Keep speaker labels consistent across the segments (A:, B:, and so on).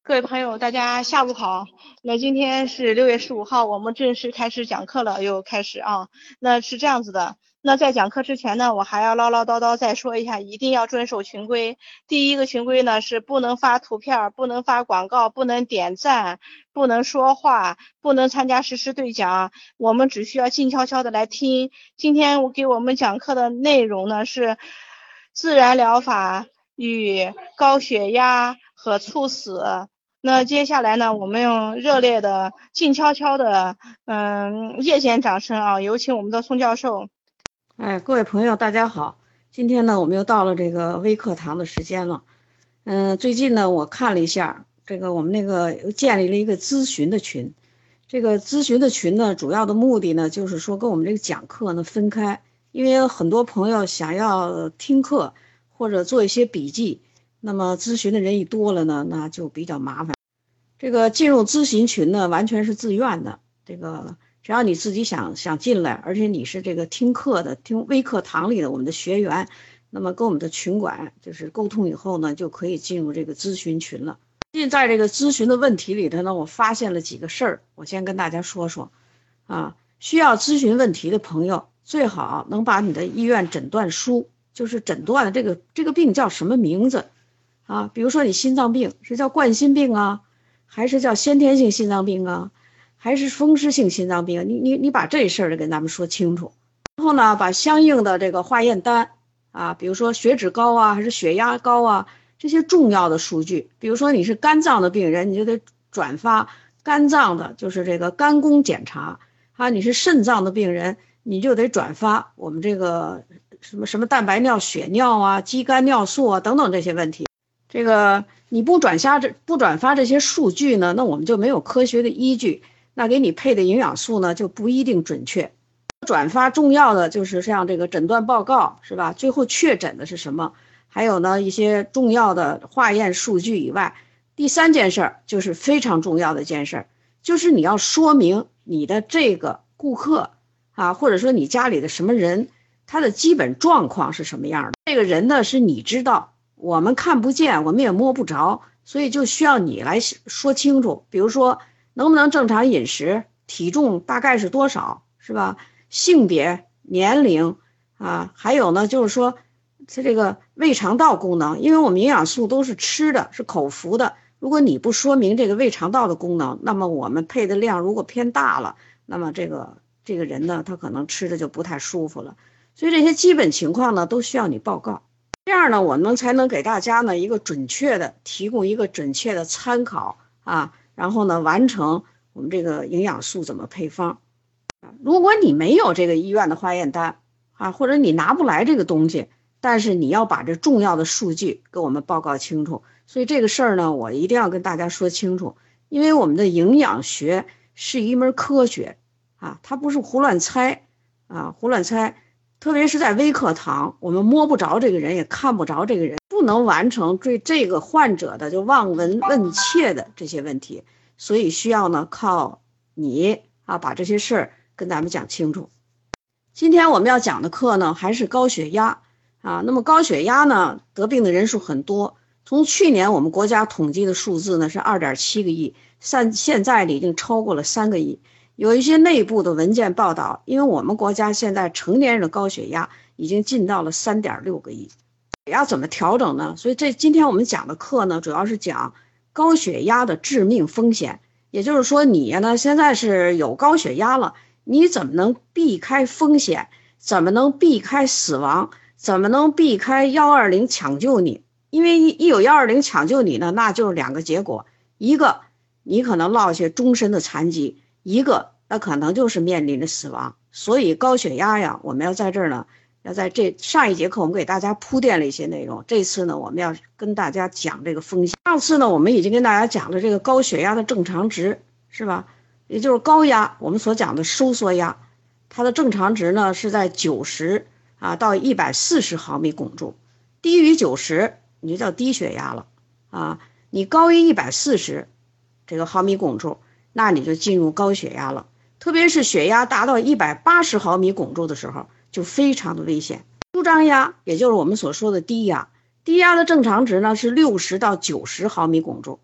A: 各位朋友，大家下午好。那今天是6月15号，我们正式开始讲课了，又开始啊。那是这样子的，那在讲课之前呢，我还要唠唠叨叨再说一下，一定要遵守群规。第一个群规呢是不能发图片，不能发广告，不能点赞，不能说话，不能参加实时对讲。我们只需要静悄悄的来听。今天我给我们讲课的内容呢是自然疗法与高血压和猝死。那接下来呢，我们用热烈的、静悄悄的，夜间掌声啊，有请我们的宋教授。
B: 各位朋友，大家好。今天呢，我们又到了这个微课堂的时间了。最近呢，我看了一下，我们又建立了一个咨询的群。这个咨询的群呢，主要的目的呢，就是说跟我们这个讲课呢分开，因为很多朋友想要听课或者做一些笔记，那么咨询的人一多了呢，那就比较麻烦。这个进入咨询群呢，完全是自愿的。只要你自己想进来，而且你是这个听课的，听微课堂里的我们的学员，那么跟我们的群管就是沟通以后呢，就可以进入这个咨询群了。最近在这个咨询的问题里头呢，我发现了几个事儿，我先跟大家说说。需要咨询问题的朋友，最好能把你的医院诊断书，就是诊断的这个病叫什么名字比如说你心脏病是叫冠心病啊，还是叫先天性心脏病啊，还是风湿性心脏病，你把这事儿跟咱们说清楚。然后呢，把相应的这个化验单比如说血脂高啊，还是血压高啊，这些重要的数据，比如说你是肝脏的病人，你就得转发肝脏的，就是这个肝功检查你是肾脏的病人，你就得转发我们这个什么蛋白尿、血尿啊、肌酐尿素啊等等这些问题。你不转发这些数据呢，那我们就没有科学的依据，那给你配的营养素呢就不一定准确。转发重要的就是像这个诊断报告是吧？最后确诊的是什么？还有呢一些重要的化验数据以外，第三件事就是非常重要的一件事，就是你要说明你的这个顾客或者说你家里的什么人，他的基本状况是什么样的。这个人呢是你知道，我们看不见，我们也摸不着，所以就需要你来说清楚。比如说能不能正常饮食，体重大概是多少，是吧？性别、年龄还有呢就是说它这个胃肠道功能，因为我们营养素都是吃的，是口服的，如果你不说明这个胃肠道的功能，那么我们配的量如果偏大了，那么这个人呢他可能吃的就不太舒服了。所以这些基本情况呢都需要你报告，这样呢我们才能给大家呢提供一个准确的参考然后呢完成我们这个营养素怎么配方。如果你没有这个医院的化验单或者你拿不来这个东西，但是你要把这重要的数据给我们报告清楚。所以这个事儿呢我一定要跟大家说清楚，因为我们的营养学是一门科学它不是胡乱猜特别是在微课堂，我们摸不着这个人，也看不着这个人，不能完成对这个患者的就望闻问切的这些问题，所以需要呢靠你把这些事儿跟咱们讲清楚。今天我们要讲的课呢还是高血压那么高血压呢得病的人数很多，从去年我们国家统计的数字呢是2.7个亿，现在已经超过了3个亿。有一些内部的文件报道，因为我们国家现在成年人的高血压已经进到了3.6个亿。血压怎么调整呢？所以今天我们讲的课呢主要是讲高血压的致命风险，也就是说你呢现在是有高血压了，你怎么能避开风险，怎么能避开死亡，怎么能避开120抢救你。因为一有120抢救你呢，那就是2个结果，一个你可能落下终身的残疾，一个那可能就是面临着死亡。所以高血压呀，我们要在这儿呢，要在上一节课我们给大家铺垫了一些内容，这次呢我们要跟大家讲这个风险。上次呢我们已经跟大家讲了这个高血压的正常值是吧，也就是高压我们所讲的收缩压，它的正常值呢是在90到140毫米汞柱，低于90你就叫低血压了你高于140这个毫米汞柱，那你就进入高血压了。特别是血压达到180毫米汞柱的时候就非常的危险。舒张压也就是我们所说的低压，低压的正常值呢是60到90毫米汞柱，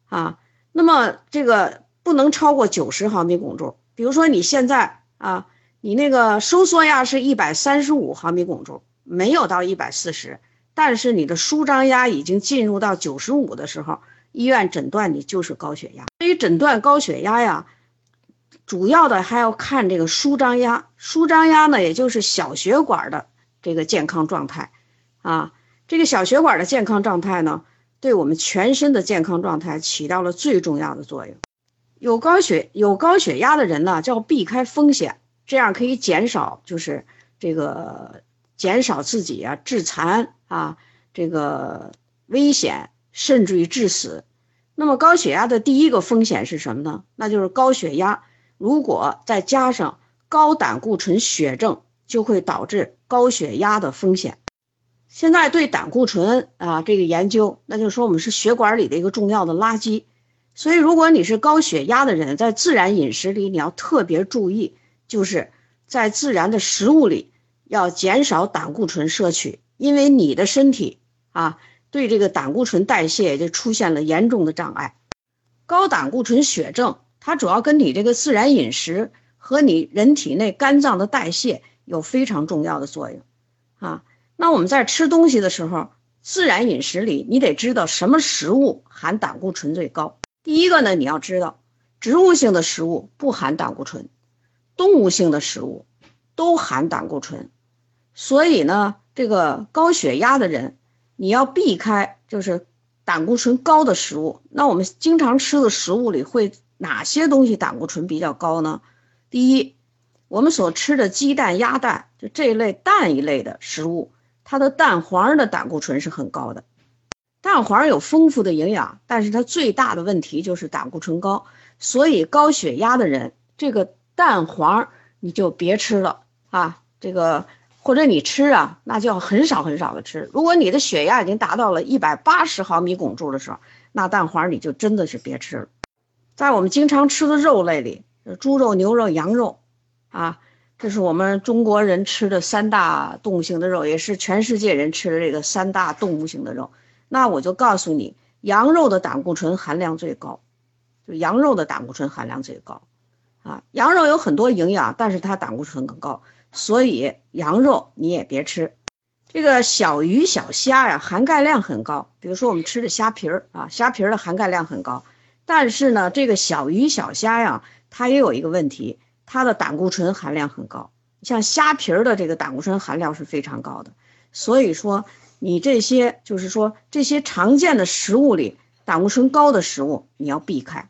B: 啊。那么这个不能超过90毫米汞柱。比如说你现在啊，你那个收缩压是135毫米汞柱，没有到140，但是你的舒张压已经进入到95的时候，医院诊断你就是高血压。对于诊断高血压呀，主要的还要看这个舒张压。舒张压呢，也就是小血管的这个健康状态啊。这个小血管的健康状态呢，对我们全身的健康状态起到了最重要的作用。有高血压的人呢，就要避开风险，这样可以减少就是这个减少自己啊致残啊这个危险，甚至于致死。那么高血压的第一个风险是什么呢？那就是高血压如果再加上高胆固醇血症，就会导致高血压的风险。现在对胆固醇啊这个研究，那就是说我们是血管里的一个重要的垃圾。所以如果你是高血压的人，在自然饮食里你要特别注意，就是在自然的食物里要减少胆固醇摄取，因为你的身体啊对这个胆固醇代谢就出现了严重的障碍。高胆固醇血症它主要跟你这个自然饮食和你人体内肝脏的代谢有非常重要的作用啊。那我们在吃东西的时候，自然饮食里你得知道什么食物含胆固醇最高。第一个呢，你要知道植物性的食物不含胆固醇，动物性的食物都含胆固醇。所以呢，这个高血压的人你要避开就是胆固醇高的食物。那我们经常吃的食物里会哪些东西胆固醇比较高呢？第一，我们所吃的鸡蛋、鸭蛋，就这一类蛋一类的食物，它的蛋黄的胆固醇是很高的。蛋黄有丰富的营养，但是它最大的问题就是胆固醇高。所以高血压的人，这个蛋黄你就别吃了啊，这个或者你吃啊，那就要很少很少的吃。如果你的血压已经达到了180毫米汞柱的时候，那蛋黄你就真的是别吃了。在我们经常吃的肉类里，猪肉、牛肉、羊肉啊，这是我们中国人吃的3大动物性的肉，也是全世界人吃的这个3大动物性的肉。那我就告诉你，羊肉的胆固醇含量最高，就羊肉的胆固醇含量最高啊。羊肉有很多营养，但是它胆固醇更高，所以羊肉你也别吃。这个小鱼小虾呀，含钙量很高，比如说我们吃的虾皮儿啊，虾皮儿的含钙量很高。但是呢，这个小鱼小虾呀，它也有一个问题，它的胆固醇含量很高。像虾皮儿的这个胆固醇含量是非常高的，所以说你这些就是说这些常见的食物里胆固醇高的食物你要避开。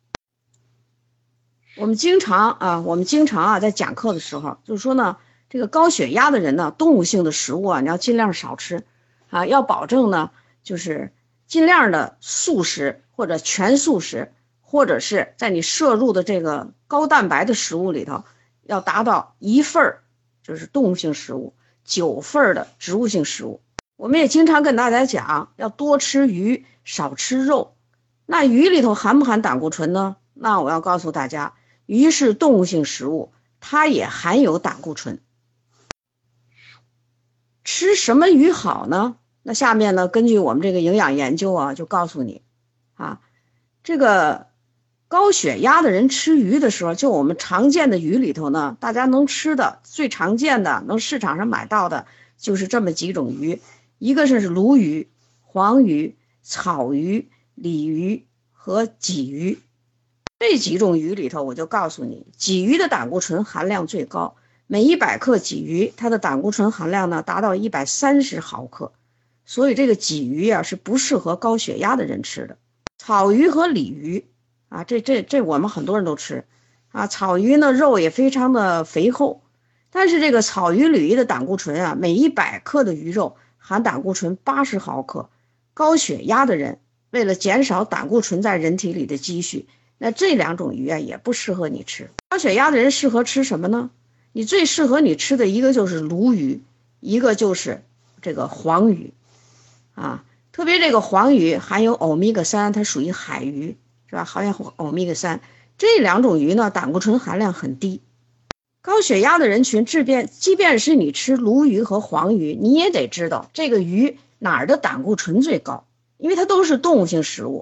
B: 我们经常在讲课的时候就是说呢，这个高血压的人呢，动物性的食物啊你要尽量少吃啊，要保证呢就是尽量的素食或者全素食，或者是在你摄入的这个高蛋白的食物里头要达到1份就是动物性食物，9份的植物性食物。我们也经常跟大家讲要多吃鱼少吃肉。那鱼里头含不含胆固醇呢？那我要告诉大家，鱼是动物性食物，它也含有胆固醇。吃什么鱼好呢？那下面呢，根据我们这个营养研究啊，就告诉你啊，这个高血压的人吃鱼的时候，就我们常见的鱼里头呢，大家能吃的最常见的能市场上买到的就是这么几种鱼，一个是鲈鱼、黄鱼、草鱼、鲤鱼和鲫鱼。这几种鱼里头，我就告诉你，鲫鱼的胆固醇含量最高，每100克鲫鱼它的胆固醇含量呢达到130毫克，所以这个鲫鱼啊是不适合高血压的人吃的。草鱼和鲤鱼啊，这我们很多人都吃啊。草鱼呢肉也非常的肥厚，但是这个草鱼、鲤鱼的胆固醇啊，每100克的鱼肉含胆固醇80毫克。高血压的人为了减少胆固醇在人体里的积蓄，那这2种鱼啊也不适合你吃。高血压的人适合吃什么呢？你最适合你吃的一个就是鲈鱼，一个就是这个黄鱼啊。特别这个黄鱼含有欧米伽3，它属于海鱼，是吧？含有欧米伽3，这2种鱼呢胆固醇含量很低。高血压的人群即便是你吃鲈鱼和黄鱼，你也得知道这个鱼哪儿的胆固醇最高，因为它都是动物性食物，是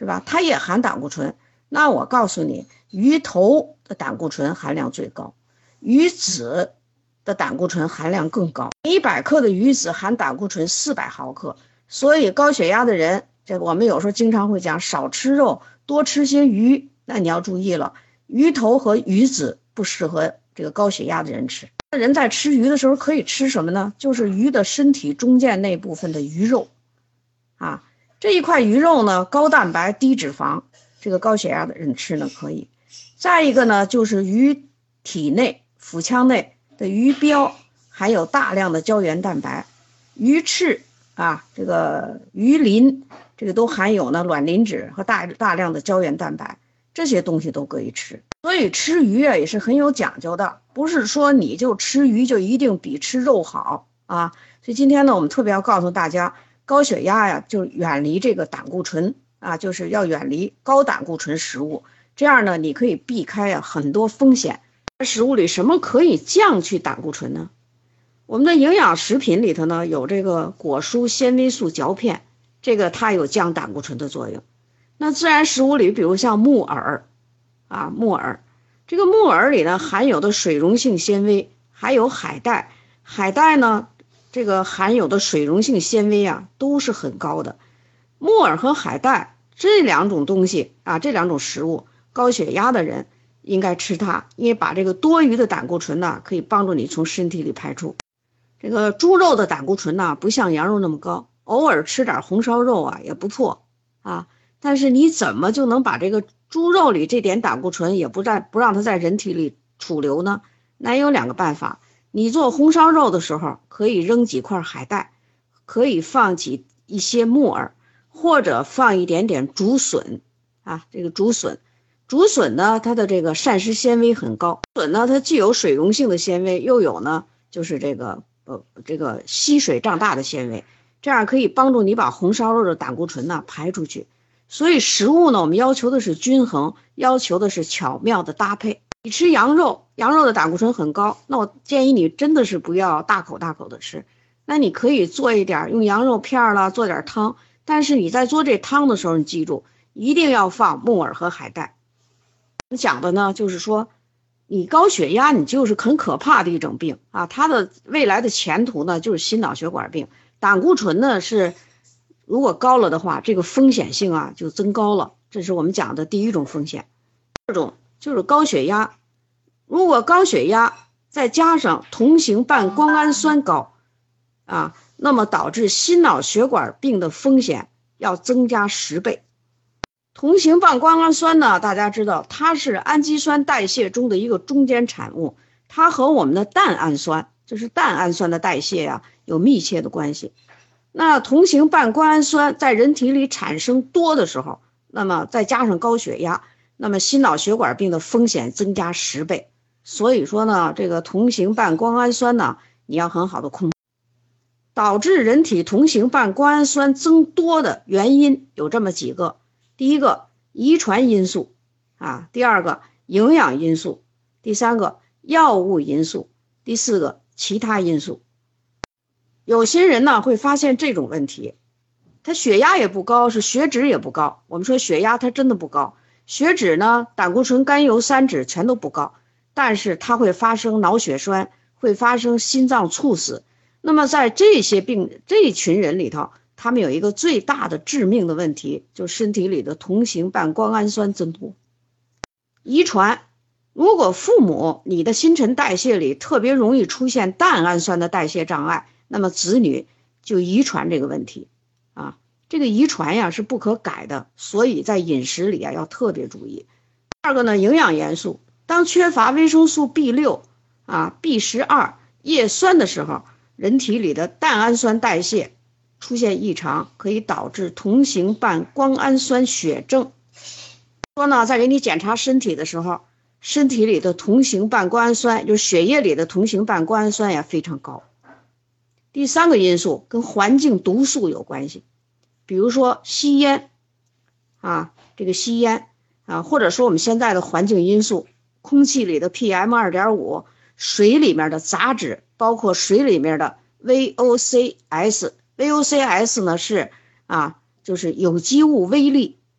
B: 是吧？它也含胆固醇。那我告诉你，鱼头的胆固醇含量最高，鱼子的胆固醇含量更高。100克的鱼子含胆固醇400毫克，所以高血压的人，这我们有时候经常会讲少吃肉，多吃些鱼。那你要注意了，鱼头和鱼子不适合这个高血压的人吃。人在吃鱼的时候可以吃什么呢？就是鱼的身体中间那部分的鱼肉啊，这一块鱼肉呢，高蛋白低脂肪，这个高血压的人吃呢可以。再一个呢，就是鱼体内腹腔内的鱼标含有大量的胶原蛋白，鱼翅啊，这个鱼鳞，这个都含有呢卵磷脂和大量的胶原蛋白，这些东西都可以吃。所以吃鱼啊也是很有讲究的，不是说你就吃鱼就一定比吃肉好啊。所以今天呢，我们特别要告诉大家，高血压呀就远离这个胆固醇啊，就是要远离高胆固醇食物，这样呢你可以避开呀很多风险。食物里什么可以降去胆固醇呢？我们的营养食品里头呢有这个果蔬纤维素嚼片，这个它有降胆固醇的作用。那自然食物里比如像木耳啊，木耳，这个木耳里呢含有的水溶性纤维，还有海带，海带呢这个含有的水溶性纤维啊都是很高的。木耳和海带这两种东西啊，这两种食物，高血压的人应该吃它，因为把这个多余的胆固醇呢可以帮助你从身体里排出。这个猪肉的胆固醇呢不像羊肉那么高，偶尔吃点红烧肉啊也不错啊，但是你怎么就能把这个猪肉里这点胆固醇也不让它在人体里储留呢？那有2个办法。你做红烧肉的时候可以扔几块海带，可以放一些木耳，或者放一点点竹笋啊，这个竹笋呢它的这个膳食纤维很高，笋呢它既有水溶性的纤维，又有呢就是这个吸水胀大的纤维，这样可以帮助你把红烧肉的胆固醇呢排出去。所以食物呢我们要求的是均衡，要求的是巧妙的搭配。你吃羊肉的胆固醇很高，那我建议你真的是不要大口的吃，那你可以做一点用羊肉片啦，做点汤，但是你在做这汤的时候，你记住一定要放木耳和海带。讲的呢就是说你高血压你就是很可怕的一种病啊，它的未来的前途呢就是心脑血管病。胆固醇呢是如果高了的话，这个风险性啊就增高了，这是我们讲的第一种风险。第二种就是高血压，如果高血压再加上同型半胱氨酸高啊，那么导致心脑血管病的风险要增加10倍。同型半胱氨酸呢，大家知道它是氨基酸代谢中的一个中间产物，它和我们的蛋氨酸，就是蛋氨酸的代谢啊，有密切的关系。那同型半胱氨酸在人体里产生多的时候，那么再加上高血压，那么心脑血管病的风险增加10倍。所以说呢，这个同型半胱氨酸呢，你要很好的控制。导致人体同型半胱氨酸增多的原因有这么几个。第一个，遗传因素啊；第二个，营养因素；第三个，药物因素；第四个，其他因素。有些人呢会发现这种问题，他血压也不高，是血脂也不高。我们说血压它真的不高，血脂呢，胆固醇、甘油三酯全都不高，但是它会发生脑血栓，会发生心脏猝死。那么在这一群人里头，他们有一个最大的致命的问题，就是身体里的同型半胱氨酸增多。遗传，如果父母你的新陈代谢里特别容易出现蛋氨酸的代谢障碍，那么子女就遗传这个问题啊。这个遗传呀是不可改的，所以在饮食里啊要特别注意。第二个呢，营养元素，当缺乏维生素 B6 啊、B12、叶酸的时候，人体里的蛋氨酸代谢出现异常，可以导致同型半胱氨酸血症。说呢，在给你检查身体的时候，身体里的同型半胱氨酸，就是血液里的同型半胱氨酸呀非常高。第三个因素跟环境毒素有关系，比如说吸烟啊，这个吸烟啊，或者说我们现在的环境因素，空气里的 PM2.5， 水里面的杂质，包括水里面的 VOCs 呢是就是有机物微粒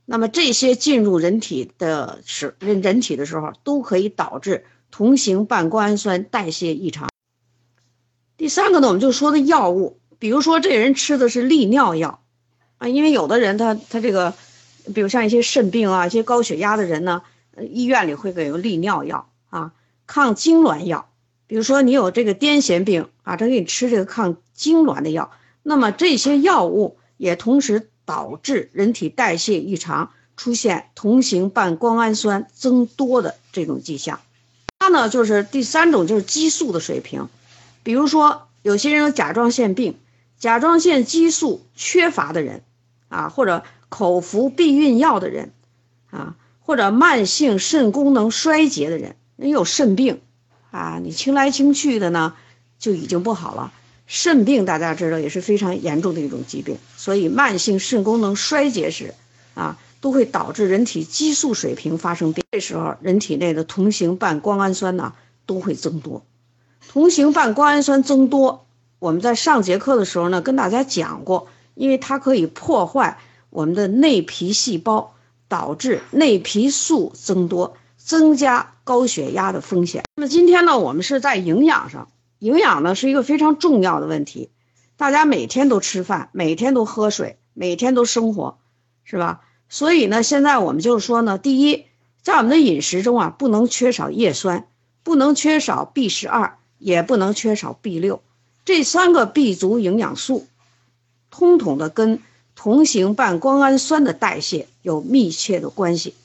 B: 那么这些进入人体的时候，都可以导致同型半胱氨酸代谢异常。第三个呢，我们就说的药物，比如说这人吃的是利尿药啊，因为有的人他这个，比如像一些肾病啊、一些高血压的人呢，医院里会给有利尿药啊、抗痉挛药。比如说你有这个癫痫病啊，他给你吃这个抗痉挛的药，那么这些药物也同时导致人体代谢异常，出现同型半胱氨酸增多的这种迹象。它呢就是第三种，就是激素的水平。比如说有些人有甲状腺病，甲状腺激素缺乏的人啊，或者口服避孕药的人啊，或者慢性肾功能衰竭的人，你有肾病啊，你清来清去的呢就已经不好了。肾病大家知道也是非常严重的一种疾病，所以慢性肾功能衰竭时啊，都会导致人体激素水平发生变，这时候人体内的同型半胱氨酸呢都会增多。同型半胱氨酸增多，我们在上节课的时候呢跟大家讲过，因为它可以破坏我们的内皮细胞，导致内皮素增多，增加高血压的风险。那么今天呢，我们是在营养上，营养呢是一个非常重要的问题，大家每天都吃饭，每天都喝水，每天都生活，是吧？所以呢，现在我们就是说呢，第一，在我们的饮食中啊，不能缺少叶酸，不能缺少 B12，也不能缺少 B6，这3个 B 族营养素，统统的跟同型半胱氨酸的代谢有密切的关系。